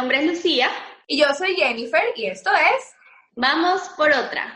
nombre es Lucía. Y yo soy Jennifer, y esto es... Vamos por otra.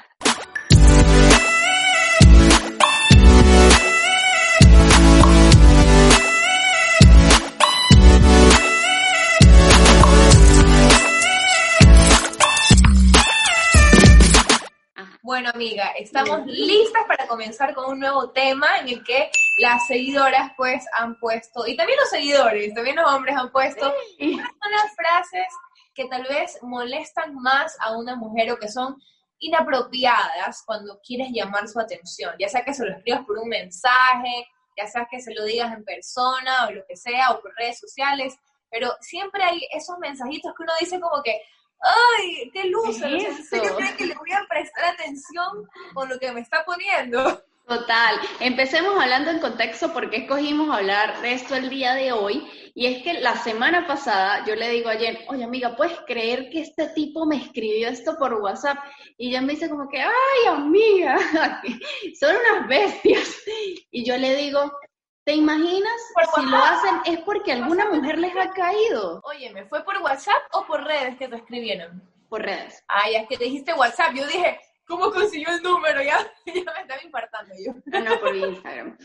Bueno, amiga, estamos listas para comenzar con un nuevo tema en el que las seguidoras pues han puesto, y también los seguidores, también los hombres han puesto unas frases que tal vez molestan más a una mujer o que son inapropiadas cuando quieres llamar su atención, ya sea que se lo escribas por un mensaje, ya sea que se lo digas en persona o lo que sea, o por redes sociales, pero siempre hay esos mensajitos que uno dice como que ¡ay, qué loser! O sea, ¿en serio creen que le voy a prestar atención con lo que me está poniendo? Total. Empecemos hablando en contexto porque escogimos hablar de esto el día de hoy. Y es que la semana pasada yo le digo a Jen, oye amiga, ¿puedes creer que este tipo me escribió esto por WhatsApp? Y Jen me dice como que, ¡ay amiga! Son unas bestias. Y yo le digo, ¿te imaginas? Si lo hacen es porque alguna mujer les ha caído. Óyeme, ¿fue por WhatsApp o por redes que te escribieron? Por redes. Ay, es que te dijiste WhatsApp. Yo dije, ¿cómo consiguió el número? Ya me estaba infartando yo. No, por Instagram.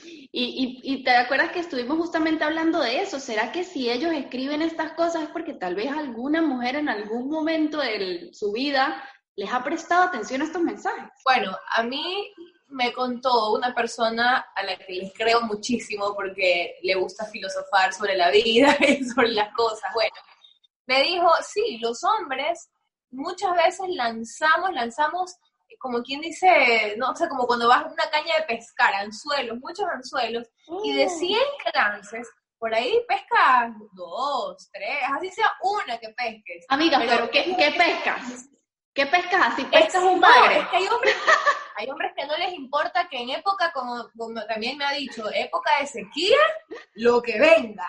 Y te acuerdas que estuvimos justamente hablando de eso. ¿Será que si ellos escriben estas cosas es porque tal vez alguna mujer en algún momento de su vida les ha prestado atención a estos mensajes? Bueno, a mí me contó una persona a la que les creo muchísimo porque le gusta filosofar sobre la vida y sobre las cosas. Bueno, me dijo, sí, los hombres muchas veces lanzamos, como quien dice, no, o sea, como cuando vas a una caña de pescar, anzuelos, muchos anzuelos, y de 100 que lances, por ahí pescas 2, 3, así sea una que pesques. Amiga, pero ¿qué pescas? ¿Qué pescas así? ¿Pescas un bagre? Es que hay hombres que no les importa que en época, como también me ha dicho, época de sequía, lo que venga.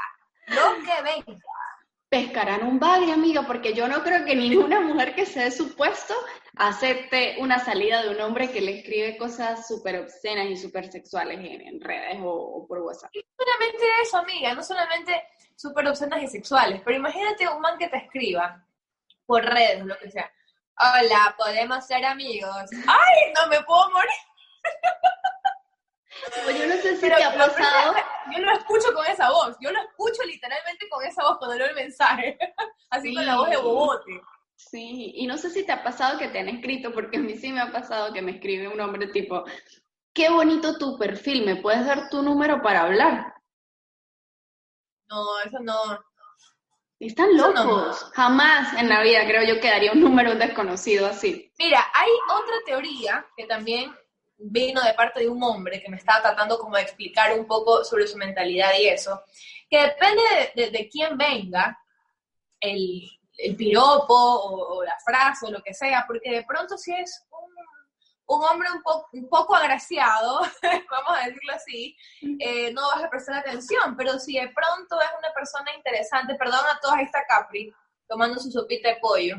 Pescarán un bagre, amiga, porque yo no creo que ninguna mujer que se dé su puesto acepte una salida de un hombre que le escribe cosas súper obscenas y súper sexuales en redes o por WhatsApp. Y no solamente eso, amiga, no solamente súper obscenas y sexuales, pero imagínate un man que te escriba por redes, lo que sea. Hola, ¿podemos ser amigos? ¡Ay, no me puedo morir! Yo no sé si te ha pasado. Yo lo escucho con esa voz. Yo lo escucho literalmente con esa voz cuando leo el mensaje. Así sí, con la voz de bobote. Sí, y no sé si te ha pasado que te han escrito, porque a mí sí me ha pasado que me escribe un hombre tipo, qué bonito tu perfil, ¿me puedes dar tu número para hablar? No, eso no. Están locos. No. Jamás en la vida creo yo que daría un número desconocido así. Mira, hay otra teoría que también vino de parte de un hombre que me estaba tratando como de explicar un poco sobre su mentalidad y eso, que depende de quién venga el piropo o la frase o lo que sea, porque de pronto si es un hombre un poco agraciado, vamos a decirlo así, no vas a prestar atención, pero si de pronto es una persona interesante, perdón a todas, ahí está Capri, tomando su sopita de pollo,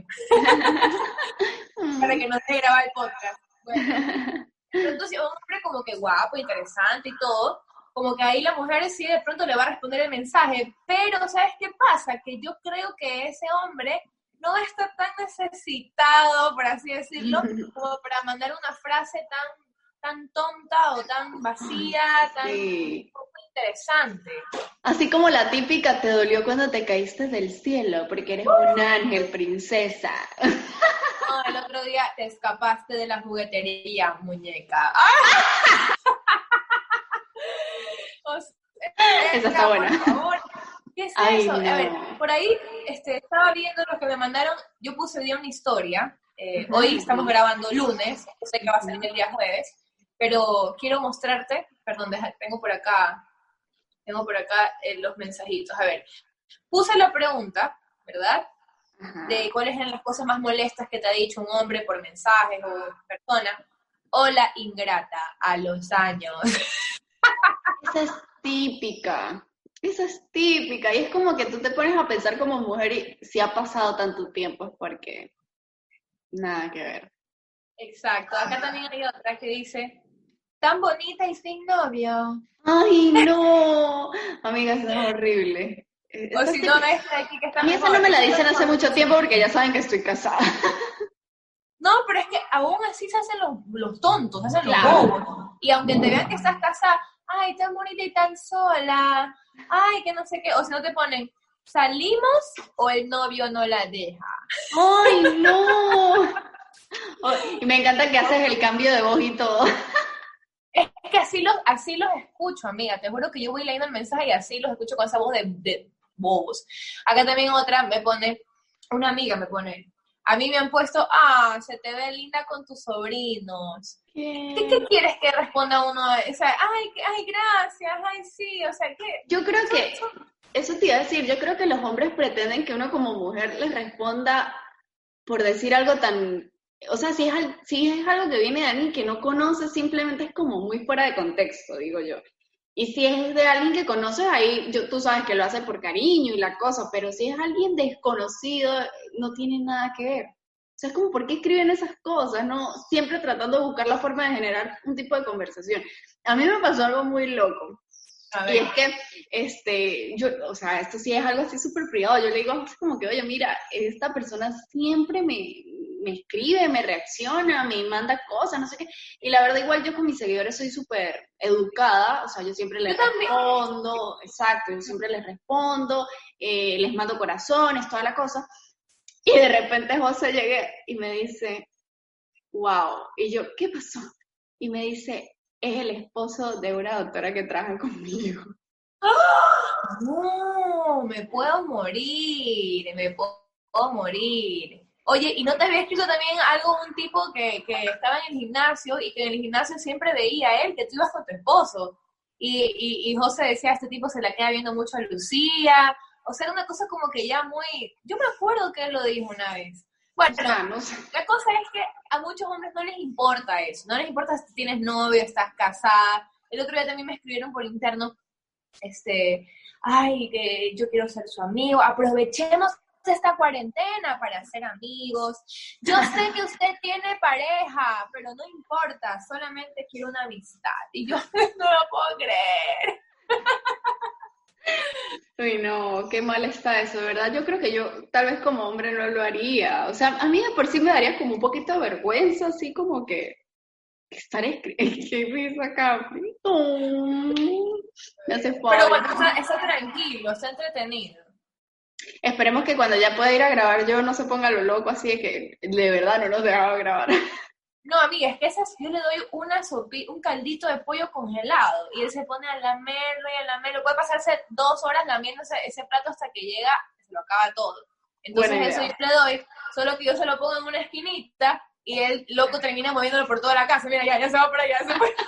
para que no se grabe el podcast. Bueno, pero entonces un hombre como que guapo, interesante y todo, como que ahí la mujer sí de pronto le va a responder el mensaje, pero ¿sabes qué pasa? Que yo creo que ese hombre no está tan necesitado, por así decirlo, como para mandar una frase tan tonta o tan vacía, tan poco interesante. Así como la típica, te dolió cuando te caíste del cielo, porque eres un ángel, princesa. No, el otro día te escapaste de la juguetería, muñeca. Esa está buena. Por favor. ¿Qué es eso? No. A ver, por ahí estaba viendo los que me mandaron, yo puse día una historia, hoy estamos grabando lunes, yo sé que va a ser el día jueves, pero quiero mostrarte, perdón, tengo por acá los mensajitos, a ver, puse la pregunta, ¿verdad? De cuáles eran las cosas más molestas que te ha dicho un hombre por mensajes o en persona. Hola, ingrata, a los años. Esa es típica. Esa es típica, y es como que tú te pones a pensar como mujer y si ha pasado tanto tiempo es porque nada que ver. Exacto, acá también hay otra que dice, tan bonita y sin novio. ¡Ay, no! Amiga, eso es horrible. O si no, esta de aquí que está a mí esa no me la dicen hace mucho tiempo porque ya saben que estoy casada. No, pero es que aún así se hacen los tontos, se hacen Claro. los bobos. Y aunque te vean que estás casada, ay, tan bonita y tan sola, ay, que no sé qué, o si no te ponen, ¿salimos o el novio no la deja? ¡Ay, no! Y me encanta que haces el cambio de voz y todo. Es que así los escucho, amiga, te juro que yo voy leyendo el mensaje y así los escucho con esa voz de bobos. Acá también otra una amiga me pone, a mí me han puesto, se te ve linda con tus sobrinos. ¿Qué quieres que responda uno? O sea, ay, gracias, ay, sí, o sea, ¿qué? Yo creo que, eso te iba a decir, yo creo que los hombres pretenden que uno como mujer les responda por decir algo tan, o sea, si es algo que viene de alguien que no conoce, simplemente es como muy fuera de contexto, digo yo. Y si es de alguien que conoces, ahí tú sabes que lo hace por cariño y la cosa, pero si es alguien desconocido, no tiene nada que ver. O sea, es como, ¿por qué escriben esas cosas? No, siempre tratando de buscar la forma de generar un tipo de conversación. A mí me pasó algo muy loco. Y es que, yo, o sea, esto sí es algo así súper privado. Yo le digo así como que, oye, mira, esta persona siempre me escribe, me reacciona, me manda cosas, no sé qué. Y la verdad, igual yo con mis seguidores soy súper educada, o sea, yo siempre les respondo, exacto, yo siempre les respondo, les mando corazones, toda la cosa. Y de repente José llegué y me dice, wow. Y yo, ¿qué pasó? Y me dice, es el esposo de una doctora que trabaja conmigo. No, me puedo morir. Oye, ¿y no te había escrito también un tipo que estaba en el gimnasio y que en el gimnasio siempre veía a él que tú ibas con tu esposo? Y José decía, este tipo se la queda viendo mucho a Lucía. O sea, era una cosa como que ya muy... Yo me acuerdo que él lo dijo una vez. Bueno, No sé. la cosa es que a muchos hombres no les importa eso. No les importa si tienes novio, estás casada. El otro día también me escribieron por interno, ay, que yo quiero ser su amigo, aprovechemos esta cuarentena para ser amigos. Yo sé que usted tiene pareja, pero no importa, solamente quiero una amistad. Y yo no lo puedo creer. Uy, no, qué mal está eso, de verdad. Yo creo que yo tal vez como hombre no lo haría. O sea, a mí de por sí me daría como un poquito de vergüenza, así como que estar escribiendo acá. Me hace falta. Pero bueno, está tranquilo, está entretenido. Esperemos que cuando ya pueda ir a grabar yo no se ponga lo loco así de que de verdad no nos dejaba grabar. No, amiga, es que yo le doy un caldito de pollo congelado y él se pone a lamerlo y a lamerlo. Puede pasarse 2 horas lamiendo ese plato hasta que llega, se lo acaba todo. Entonces eso yo le doy, solo que yo se lo pongo en una esquinita y el loco termina moviéndolo por toda la casa. Mira, ya se va por allá, se fue.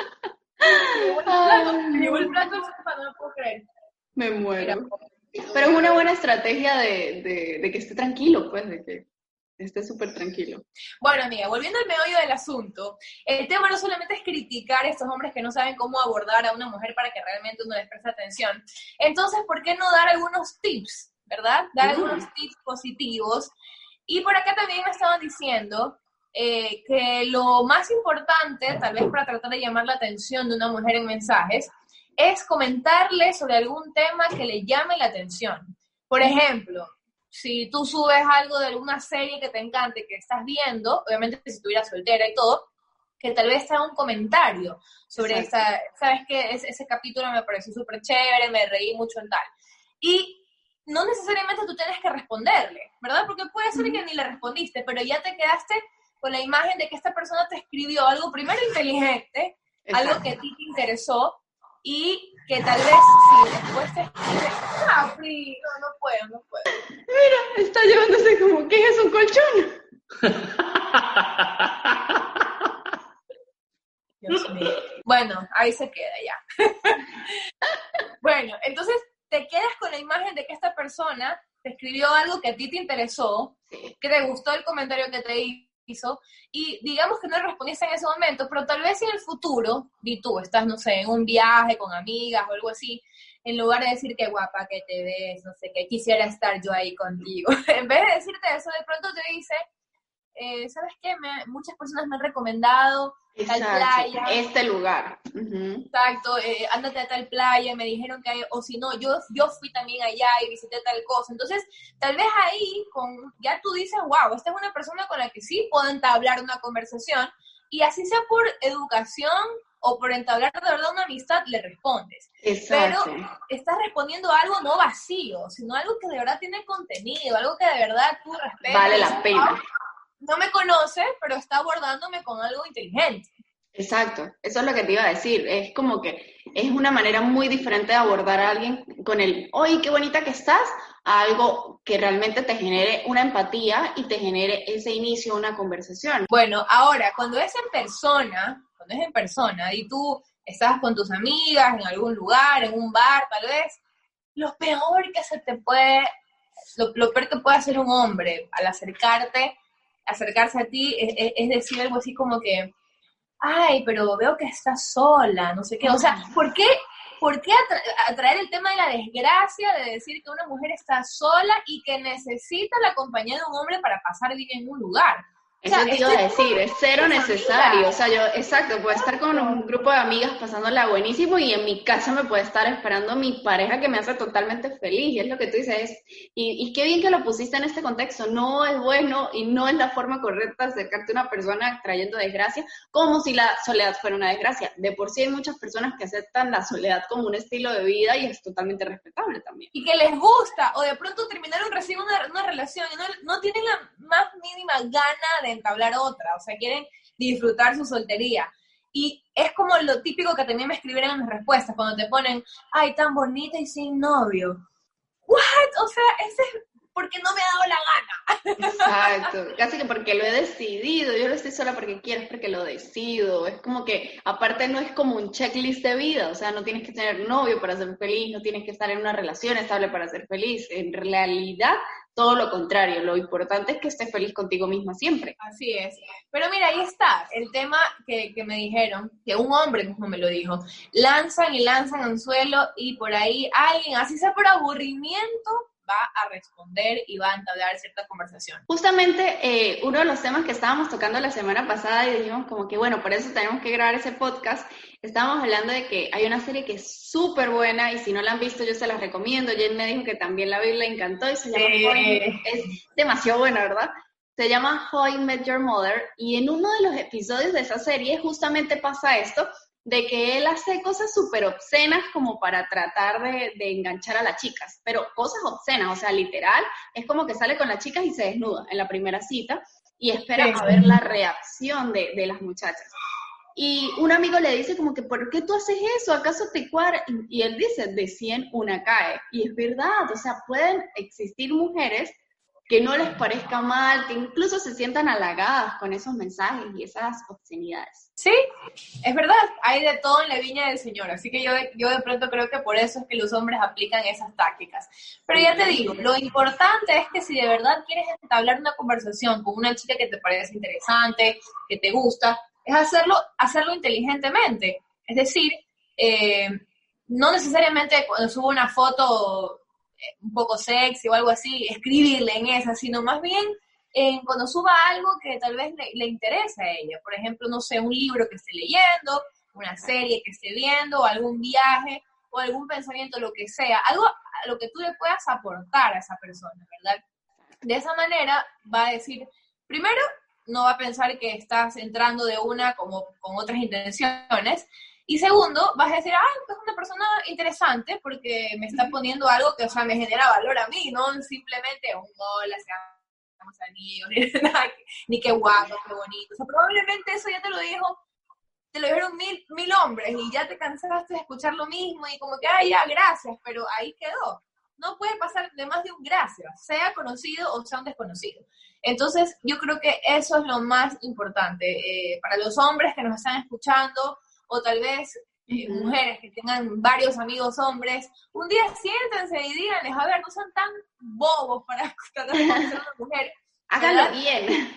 Me llevó el plato, no lo puedo creer. Me muero. Pero es una buena estrategia de que esté tranquilo, pues, de que esté súper tranquilo. Bueno, amiga, volviendo al meollo del asunto, el tema no solamente es criticar a estos hombres que no saben cómo abordar a una mujer para que realmente uno les preste atención. Entonces, ¿por qué no dar algunos tips, verdad? Dar algunos tips positivos. Y por acá también me estaban diciendo que lo más importante, tal vez para tratar de llamar la atención de una mujer en mensajes, es comentarle sobre algún tema que le llame la atención. Por ejemplo, si tú subes algo de alguna serie que te encante, que estás viendo, obviamente si estuvieras soltera y todo, que tal vez te haga un comentario sobre esa, ¿sabes qué? Ese capítulo me pareció súper chévere, me reí mucho en tal. Y no necesariamente tú tienes que responderle, ¿verdad? Porque puede ser que ni le respondiste, pero ya te quedaste con la imagen de que esta persona te escribió algo primero inteligente, algo que a ti te interesó, y que tal vez si después te escribe, Pri, no puedo. Mira, está llevándose como, ¿qué es un colchón? Dios mío. Bueno, ahí se queda ya. Bueno, entonces te quedas con la imagen de que esta persona te escribió algo que a ti te interesó, que te gustó el comentario que te hizo, y digamos que no le respondiste en ese momento, pero tal vez en el futuro, y tú estás, no sé, en un viaje con amigas o algo así, en lugar de decir qué guapa que te ves, no sé qué, quisiera estar yo ahí contigo, en vez de decirte eso, de pronto te dice, ¿sabes qué? Muchas personas me han recomendado tal playa. Este lugar. Exacto, ándate a tal playa, me dijeron que hay, o si no, yo fui también allá y visité tal cosa. Entonces, tal vez ahí, ya tú dices, wow, esta es una persona con la que sí puedo entablar una conversación, y así sea por educación o por entablar de verdad una amistad, le respondes. Exacto. Pero estás respondiendo algo no vacío, sino algo que de verdad tiene contenido, algo que de verdad tú respetas. Vale la pena. No me conoce, pero está abordándome con algo inteligente. Exacto, eso es lo que te iba a decir. Es como que es una manera muy diferente de abordar a alguien con el, oye, qué bonita que estás, a algo que realmente te genere una empatía y te genere ese inicio, una conversación. Bueno, ahora, cuando es en persona y tú estás con tus amigas en algún lugar, en un bar tal vez, lo peor que puede hacer un hombre al acercarse a ti es decir algo así como que, ay, pero veo que estás sola, no sé qué. O sea, ¿por qué atraer el tema de la desgracia de decir que una mujer está sola y que necesita la compañía de un hombre para pasar bien en un lugar? Eso te iba a decir, es cero necesario. O sea, yo, exacto, puedo estar con un grupo de amigas pasándola buenísimo y en mi casa me puede estar esperando mi pareja que me hace totalmente feliz. Y es lo que tú dices. Y qué bien que lo pusiste en este contexto. No es bueno y no es la forma correcta de acercarte a una persona trayendo desgracia, como si la soledad fuera una desgracia. De por sí hay muchas personas que aceptan la soledad como un estilo de vida y es totalmente respetable también. Y que les gusta, o de pronto terminaron recién una relación y no tienen la más mínima gana de entablar otra, o sea, quieren disfrutar su soltería. Y es como lo típico que también me escribieron en las respuestas, cuando te ponen, ay, tan bonita y sin novio. ¿What? O sea, ese es porque no me ha dado la gana. Exacto, casi que porque lo he decidido, yo no estoy sola porque quiero, es porque lo decido. Es como que, aparte no es como un checklist de vida, o sea, no tienes que tener novio para ser feliz, no tienes que estar en una relación estable para ser feliz. En realidad, todo lo contrario, lo importante es que estés feliz contigo misma siempre. Así es. Pero mira, ahí está el tema que me dijeron, que un hombre mismo me lo dijo, lanzan y lanzan anzuelo y por ahí alguien, así sea por aburrimiento, va a responder y va a entablar cierta conversación. Justamente uno de los temas que estábamos tocando la semana pasada y dijimos como que bueno, por eso tenemos que grabar ese podcast, estábamos hablando de que hay una serie que es súper buena y si no la han visto yo se la recomiendo. Jen me dijo que también la vi, le encantó y se llama es demasiado buena, ¿verdad? Se llama How I Met Your Mother y en uno de los episodios de esa serie justamente pasa esto, de que él hace cosas súper obscenas como para tratar de enganchar a las chicas, pero cosas obscenas, o sea, literal, es como que sale con las chicas y se desnuda en la primera cita y espera a ver la reacción de las muchachas. Y un amigo le dice como que, ¿por qué tú haces eso? ¿Acaso te cuadra? Y él dice, de 100 una cae. Y es verdad, o sea, pueden existir mujeres que no les parezca mal, que incluso se sientan halagadas con esos mensajes y esas obscenidades. Sí, es verdad, hay de todo en la viña del Señor, así que yo de pronto creo que por eso es que los hombres aplican esas tácticas. Pero ya te digo, lo importante es que si de verdad quieres entablar una conversación con una chica que te parece interesante, que te gusta, es hacerlo inteligentemente. Es decir, no necesariamente cuando subo una foto un poco sexy o algo así, escribirle en esa, sino más bien cuando suba algo que tal vez le interese a ella. Por ejemplo, no sé, un libro que esté leyendo, una serie que esté viendo, o algún viaje, o algún pensamiento, lo que sea, algo a lo que tú le puedas aportar a esa persona, ¿verdad? De esa manera va a decir, primero, no va a pensar que estás entrando de una como con otras intenciones, y segundo, vas a decir, es una persona interesante porque me está poniendo algo que, o sea, me genera valor a mí, no simplemente un hola, seamos amigos, ni qué guapo, qué bonito. O sea, probablemente eso ya te lo dijeron mil hombres y ya te cansaste de escuchar lo mismo y como que, ya, gracias, pero ahí quedó. No puede pasar de más de un gracias, sea conocido o sea un desconocido. Entonces, yo creo que eso es lo más importante. Para los hombres que nos están escuchando, o tal vez mujeres que tengan varios amigos hombres, un día siéntense y díganles, a ver, no sean tan bobos para tratar de conocer a una mujer. Háganlo bien.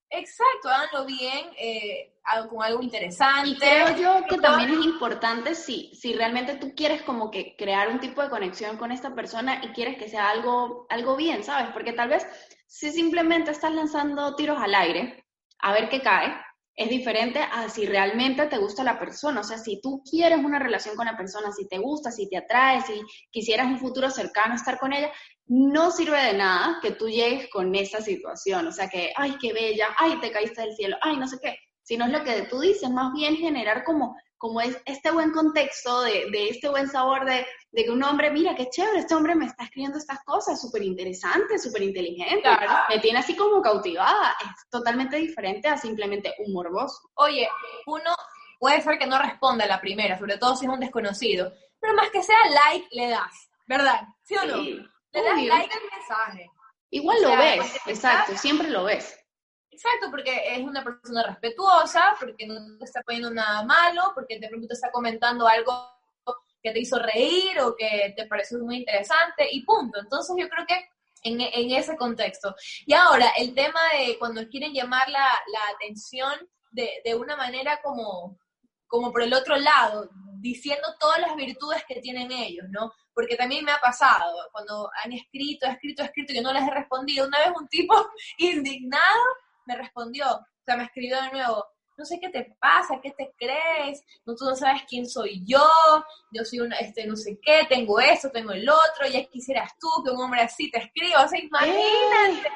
Exacto, háganlo bien, con algo interesante. Y creo yo que también es importante si realmente tú quieres como que crear un tipo de conexión con esta persona y quieres que sea algo bien, ¿sabes? Porque tal vez si simplemente estás lanzando tiros al aire, a ver qué cae, es diferente a si realmente te gusta la persona. O sea, si tú quieres una relación con la persona, si te gusta, si te atrae, si quisieras un futuro cercano estar con ella, no sirve de nada que tú llegues con esa situación. O sea, que, ay, qué bella, ay, te caíste del cielo, ay, no sé qué. Sino es lo que tú dices, más bien generar como es este buen contexto, de este buen sabor de que un hombre, mira, qué chévere, este hombre me está escribiendo estas cosas, súper interesante, súper inteligente, Claro. me tiene así como cautivada, es totalmente diferente a simplemente un morboso. Oye, uno puede ser que no responda a la primera, sobre todo si es un desconocido, pero más que sea like, le das, ¿verdad? ¿Sí o no? Sí, Le das obvio. like al mensaje. Igual lo ves, exacto, siempre lo ves. Exacto, porque es una persona respetuosa, porque no te está poniendo nada malo, porque de pronto te está comentando algo que te hizo reír o que te pareció muy interesante y punto. Entonces yo creo que en ese contexto. Y ahora, el tema de cuando quieren llamar la atención de una manera como por el otro lado, diciendo todas las virtudes que tienen ellos, ¿no? Porque también me ha pasado, cuando han escrito, y yo no les he respondido. Una vez un tipo indignado me respondió, o sea, me escribió de nuevo, no sé qué te pasa, qué te crees, no, tú no sabes quién soy yo soy una, no sé qué, tengo esto, tengo el otro, ya quisieras tú que un hombre así te escriba, o sea, imagínate.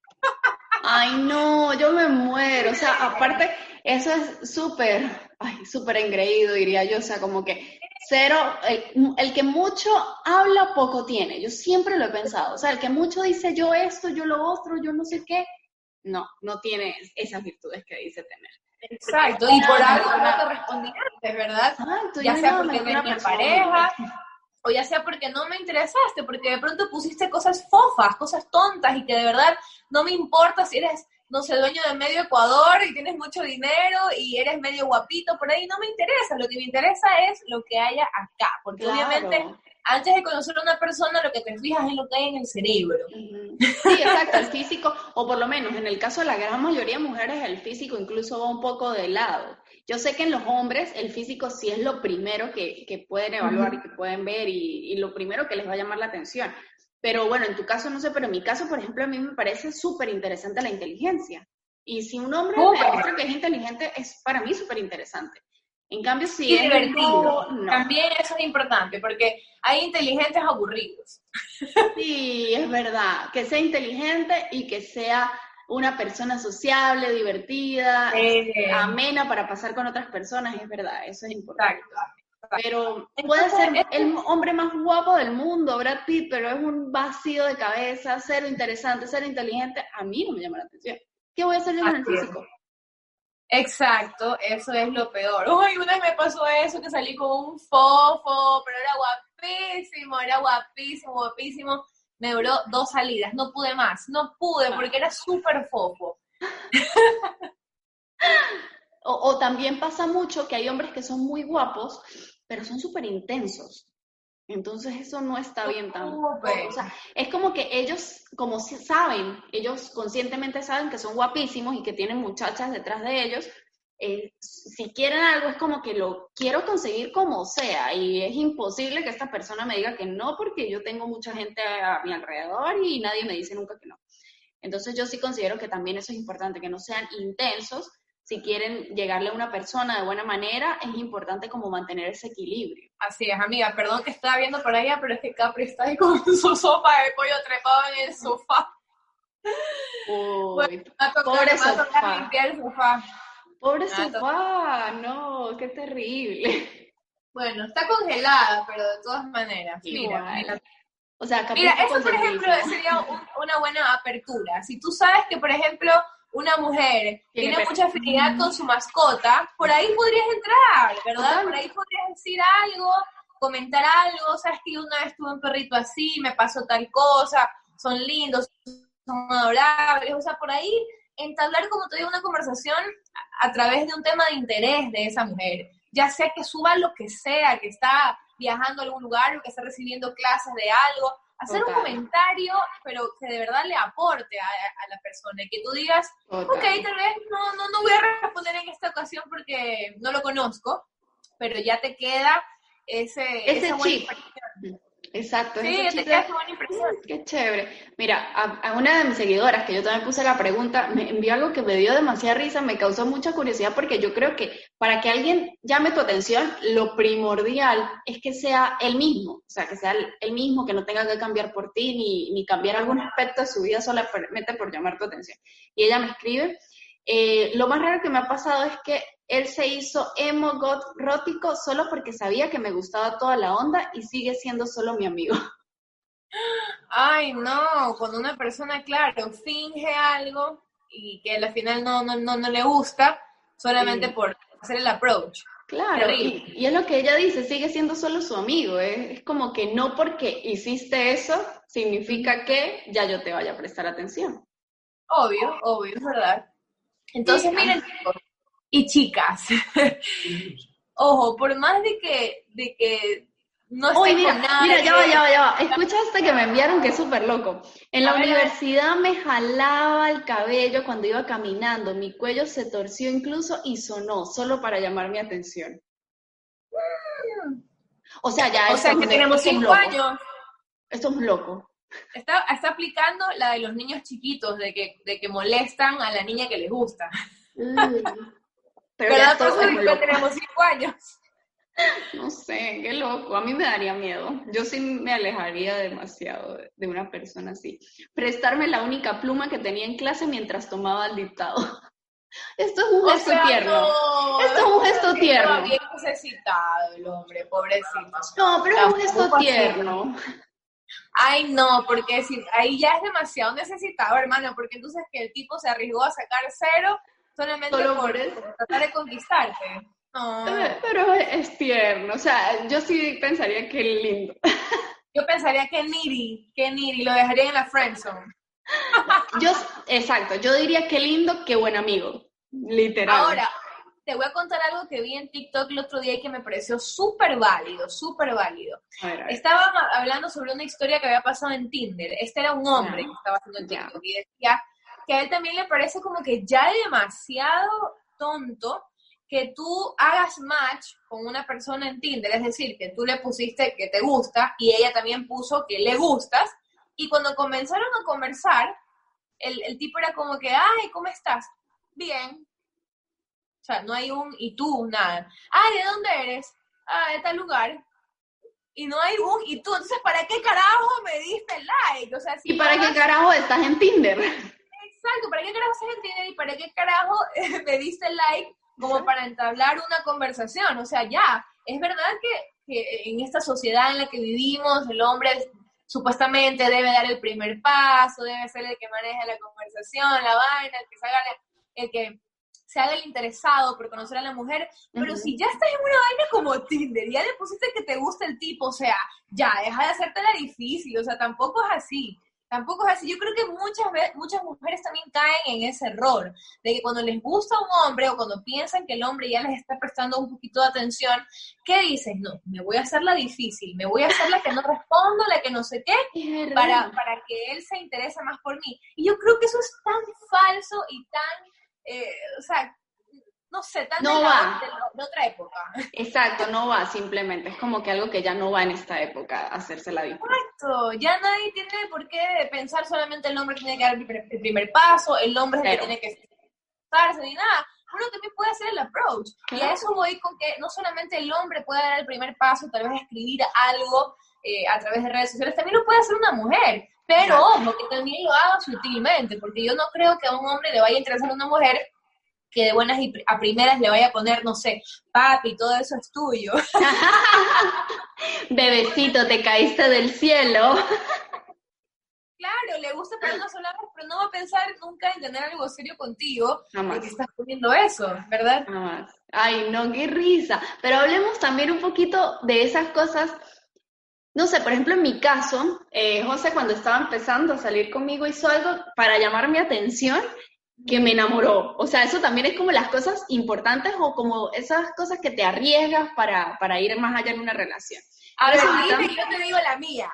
Ay, no, yo me muero, o sea, aparte, eso es súper engreído, diría yo, o sea, como que cero, el que mucho habla, poco tiene, yo siempre lo he pensado, o sea, el que mucho dice yo esto, yo lo otro, yo no sé qué, no tiene esas virtudes que dice tener. Exacto, y por algo no te respondí antes, ¿verdad? Exacto, ya sea porque tenía pareja, o ya sea porque no me interesaste, porque de pronto pusiste cosas fofas, cosas tontas, y que de verdad no me importa si eres, no sé, dueño de medio Ecuador y tienes mucho dinero y eres medio guapito, por ahí no me interesa. Lo que me interesa es lo que haya acá, porque claro, obviamente antes de conocer a una persona lo que te fijas es lo que hay en el cerebro. Sí, exacto, el físico, o por lo menos en el caso de la gran mayoría de mujeres, el físico incluso va un poco de lado. Yo sé que en los hombres el físico sí es lo primero que pueden evaluar y que pueden ver y lo primero que les va a llamar la atención. Pero bueno, en tu caso no sé, pero en mi caso, por ejemplo, a mí me parece súper interesante la inteligencia. Y si un hombre me demuestra que es inteligente, es para mí súper interesante. En cambio, si y es divertido, no. También eso es importante, porque hay inteligentes aburridos. Sí, es verdad, que sea inteligente y que sea una persona sociable, divertida, amena para pasar con otras personas, es verdad, eso es importante. Exacto. Pero puede ser el hombre más guapo del mundo, Brad Pitt, pero es un vacío de cabeza, cero interesante, cero inteligente, a mí no me llama la atención. ¿Qué voy a hacer yo con el físico? Exacto, eso es lo peor. Uy, una vez me pasó eso, que salí con un fofo, pero era guapísimo. Me duró 2 salidas, no pude más, porque era súper fofo. O también pasa mucho que hay hombres que son muy guapos, pero son súper intensos. Entonces eso no está bien tampoco. O sea, es como que ellos, como saben, ellos conscientemente saben que son guapísimos y que tienen muchachas detrás de ellos. Si quieren algo es como que lo quiero conseguir como sea y es imposible que esta persona me diga que no porque yo tengo mucha gente a mi alrededor y nadie me dice nunca que no. Entonces yo sí considero que también eso es importante, que no sean intensos. Si quieren llegarle a una persona de buena manera, es importante como mantener ese equilibrio. Así es, amiga, perdón que estaba viendo por allá, pero es que Capri está ahí con su sopa de pollo trepado en el sofá. Uy, pobre sofá. Limpiar el sofá. Pobre sofá, no, qué terrible. Bueno, está congelada, pero de todas maneras. Mira. O sea, mira, eso por ejemplo sería una buena apertura. Si tú sabes que, por ejemplo, una mujer tiene mucha afinidad con su mascota, por ahí podrías entrar, ¿verdad? Por ahí podrías decir algo, comentar algo, sabes que yo una vez tuve un perrito así, me pasó tal cosa, son lindos, son adorables, o sea, por ahí entablar, como te digo, una conversación a través de un tema de interés de esa mujer, ya sea que suba lo que sea, que está viajando a algún lugar o que está recibiendo clases de algo, hacer Total. un comentario, pero que de verdad le aporte a la persona, y que tú digas, Total. ok, tal vez no voy a responder en esta ocasión porque no lo conozco, pero ya te queda esa buena chip. impresión. Exacto. Sí, ese ya chip te queda de, esa buena impresión. qué chévere. Mira, a una de mis seguidoras, que yo también puse la pregunta, me envió algo que me dio demasiada risa, me causó mucha curiosidad, porque yo creo que para que alguien llame tu atención, lo primordial es que sea él mismo, o sea, que sea él mismo, que no tenga que cambiar por ti, ni cambiar algún aspecto de su vida solamente por llamar tu atención. Y ella me escribe, lo más raro que me ha pasado es que él se hizo emo gótico solo porque sabía que me gustaba toda la onda y sigue siendo solo mi amigo. Ay, no, cuando una persona, claro, finge algo y que al final no le gusta, solamente Sí. por hacer el approach. Claro, Terrible. y es lo que ella dice, sigue siendo solo su amigo, es como que no porque hiciste eso significa que ya yo te vaya a prestar atención. Obvio, es verdad. Entonces, Sí, miren, chicos y chicas, ojo, por más de que no Uy, estén con mira, ya nadie, va. Escucha este que me enviaron que es súper loco. En la a ver, universidad me jalaba el cabello cuando iba caminando, mi cuello se torció incluso y sonó, solo para llamar mi atención. O sea, ya o sea que tenemos esto es 5 loco. años, Esto es loco. está aplicando la de los niños chiquitos, de que molestan a la niña que les gusta. Uy, pero ya ¿Verdad? Por esto eso es digo que loco. tenemos 5 años. No sé, qué loco. A mí me daría miedo. Yo sí me alejaría demasiado de una persona así. Prestarme la única pluma que tenía en clase mientras tomaba el dictado. Esto es un O gesto sea, tierno. no, Esto es un gesto sí, tierno. estaba bien necesitado el hombre, pobrecito. No, pero es un gesto Tampoco así. tierno. Ay, no, porque si, ahí ya es demasiado necesitado, hermano, porque entonces que el tipo se arriesgó a sacar 0 solamente Solo por por eso. tratar de conquistarte. No, Pero es tierno. O sea, yo sí pensaría que es lindo. yo pensaría que needy, lo dejaría en la friendzone. Exacto, yo diría que lindo, qué buen amigo. Literal. Ahora, te voy a contar algo que vi en TikTok el otro día y que me pareció súper válido, súper válido. A ver. Estaban hablando sobre una historia que había pasado en Tinder. Este era un hombre que estaba haciendo en TikTok y decía que a él también le parece como que ya demasiado tonto que tú hagas match con una persona en Tinder, es decir, que tú le pusiste que te gusta y ella también puso que le gustas, y cuando comenzaron a conversar, el tipo era como que, ay, ¿cómo estás? Bien. O sea, no hay un y tú, nada. Ah, ¿de dónde eres? Ah, de tal lugar. Y no hay un y tú. Entonces, ¿para qué carajo me diste like? O sea, si ¿Y para qué carajo estás en Tinder? Exacto, ¿para qué carajo estás en Tinder y para qué carajo me diste like como para entablar una conversación? O sea, ya, es verdad que en esta sociedad en la que vivimos, el hombre supuestamente debe dar el primer paso, debe ser el que maneja la conversación, la vaina, el que se haga el interesado por conocer a la mujer, pero si ya estás en una vaina como Tinder, ya le pusiste que te gusta el tipo, o sea, ya, deja de hacértela difícil, o sea, tampoco es así. Yo creo que muchas mujeres también caen en ese error, de que cuando les gusta un hombre o cuando piensan que el hombre ya les está prestando un poquito de atención, ¿qué dicen? No, me voy a hacer la difícil, me voy a hacer la que no respondo, la que no sé qué, para que él se interese más por mí. Y yo creo que eso es tan falso y tan, o sea, no sé, tan no de otra época. Exacto, no va, simplemente. Es como que algo que ya no va en esta época, hacerse la difícil. Exacto, ya nadie tiene por qué pensar solamente el hombre que tiene que dar el primer paso, el hombre es el que tiene que esforzarse ni nada. Uno también puede hacer el approach. Claro. Y a eso voy con que no solamente el hombre puede dar el primer paso, tal vez escribir algo a través de redes sociales, también lo puede hacer una mujer. Pero ojo, que también lo haga sutilmente, porque yo no creo que a un hombre le vaya a interesar a una mujer que de buenas a primeras le vaya a poner, no sé, papi, todo eso es tuyo. Bebecito, te caíste del cielo. Claro, le gusta para una sola vez, pero no va a pensar nunca en tener algo serio contigo, Jamás. porque estás poniendo eso, ¿verdad? Jamás. Ay, no, qué risa. Pero hablemos también un poquito de esas cosas. No sé, por ejemplo, en mi caso, José cuando estaba empezando a salir conmigo hizo algo para llamar mi atención que me enamoró. O sea, eso también es como las cosas importantes o como esas cosas que te arriesgas para ir más allá en una relación. A ver, dime y yo te digo la mía.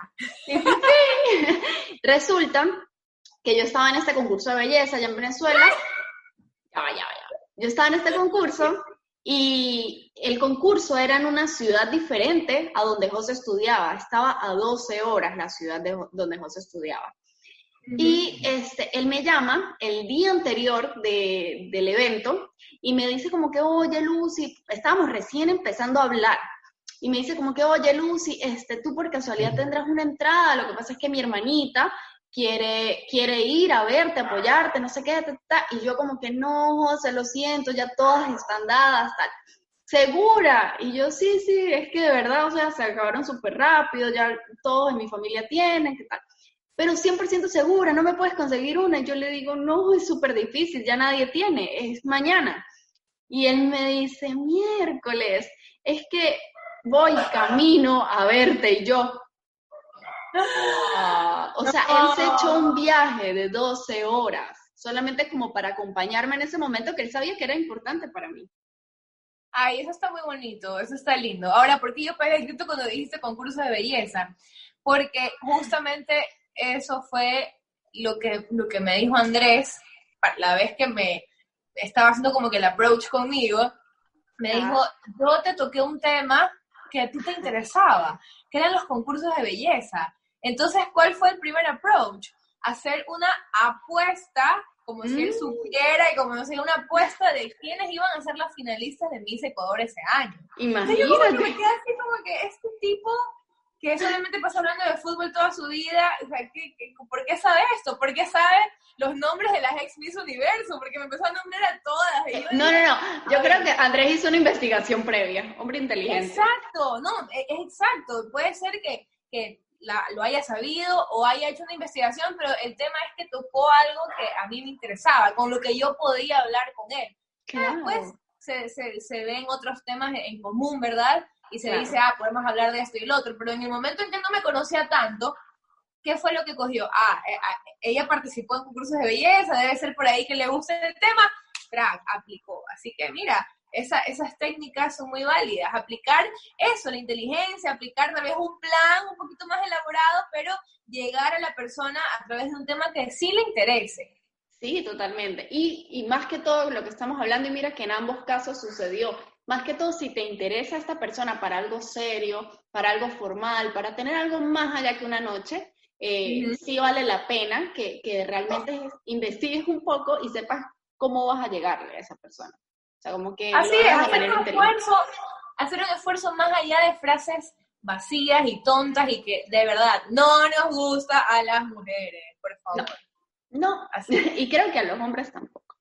Resulta que yo estaba en este concurso de belleza allá en Venezuela. Ya va. Yo estaba en este concurso y el concurso era en una ciudad diferente a donde José estudiaba. Estaba a 12 horas la ciudad donde José estudiaba. Y él me llama el día anterior del evento y me dice como que, oye, Lucy, estábamos recién empezando a hablar. Y me dice como que, oye, Lucy, tú por casualidad tendrás una entrada, lo que pasa es que mi hermanita quiere ir a verte, apoyarte, no sé qué, y yo como que, no, José, lo siento, ya todas están dadas, tal. ¿Segura? Y yo, sí, es que de verdad, o sea, se acabaron súper rápido, ya todos en mi familia tienen, ¿qué tal? Pero 100% segura, no me puedes conseguir una. Y yo le digo, no, es súper difícil, ya nadie tiene, es mañana. Y él me dice, miércoles, es que voy camino a verte. Y yo, o sea, él se echó un viaje de 12 horas, solamente como para acompañarme en ese momento que él sabía que era importante para mí. Ay, eso está muy bonito, eso está lindo. Ahora, ¿por qué yo pegué el grito cuando dijiste concurso de belleza? Porque justamente eso fue lo que me dijo Andrés, la vez que me estaba haciendo como que el approach conmigo, me dijo, yo te toqué un tema que a ti te interesaba, que eran los concursos de belleza. Entonces, ¿cuál fue el primer approach? Hacer una apuesta, como si él supiera, y como si una apuesta de quiénes iban a ser las finalistas de Miss Ecuador ese año. Imagínate. Yo como que me quedé así como que este tipo que solamente pasa hablando de fútbol toda su vida, o sea, ¿por qué sabe esto? ¿Por qué sabe los nombres de las ex Miss Universo? Porque me empezó a nombrar a todas. Y yo no, yo creo que Andrés hizo una investigación previa, hombre inteligente. Exacto, exacto, puede ser que lo haya sabido o haya hecho una investigación, pero el tema es que tocó algo que a mí me interesaba, con lo que yo podía hablar con él. Claro. Después se ven otros temas en común, ¿verdad? Y se dice, podemos hablar de esto y el otro, pero en el momento en que no me conocía tanto, ¿qué fue lo que cogió? Ella participó en concursos de belleza, debe ser por ahí que le guste el tema, crack, aplicó. Así que mira, esas técnicas son muy válidas. Aplicar eso, la inteligencia, aplicar tal vez un plan un poquito más elaborado, pero llegar a la persona a través de un tema que sí le interese. Sí, totalmente. Y más que todo lo que estamos hablando, y mira que en ambos casos sucedió, más que todo si te interesa esta persona para algo serio, para algo formal, para tener algo más allá que una noche, sí vale la pena que realmente investigues un poco y sepas cómo vas a llegarle a esa persona. O sea, como que así es, hacer un esfuerzo más allá de frases vacías y tontas y que de verdad no nos gusta a las mujeres, por favor. No, así. Y creo que a los hombres tampoco.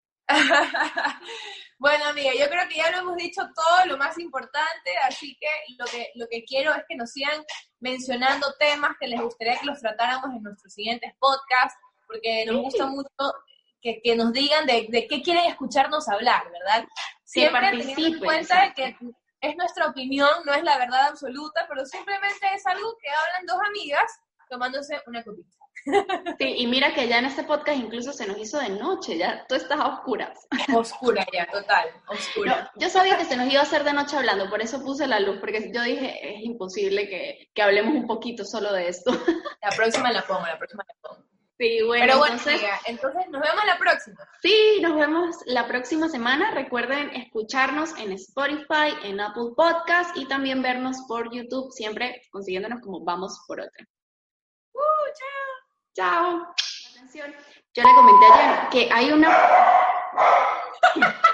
Bueno, amiga, yo creo que ya lo hemos dicho todo lo más importante, así que lo que quiero es que nos sigan mencionando temas que les gustaría que los tratáramos en nuestros siguientes podcasts, porque nos gusta mucho que nos digan de qué quieren escucharnos hablar, ¿verdad? Siempre teniendo en cuenta de que es nuestra opinión, no es la verdad absoluta, pero simplemente es algo que hablan dos amigas tomándose una copita. Sí, y mira que ya en este podcast incluso se nos hizo de noche, ya tú estás a oscuras. Oscura ya, total, oscura. Yo sabía que se nos iba a hacer de noche hablando, por eso puse la luz, porque yo dije, es imposible que hablemos un poquito solo de esto. La próxima la pongo. Sí, bueno, pero bueno, entonces nos vemos la próxima. Sí, nos vemos la próxima semana. Recuerden escucharnos en Spotify, en Apple Podcast y también vernos por YouTube, siempre consiguiéndonos como Vamos por Otra. Chao. Atención. Yo le comenté ayer que hay una...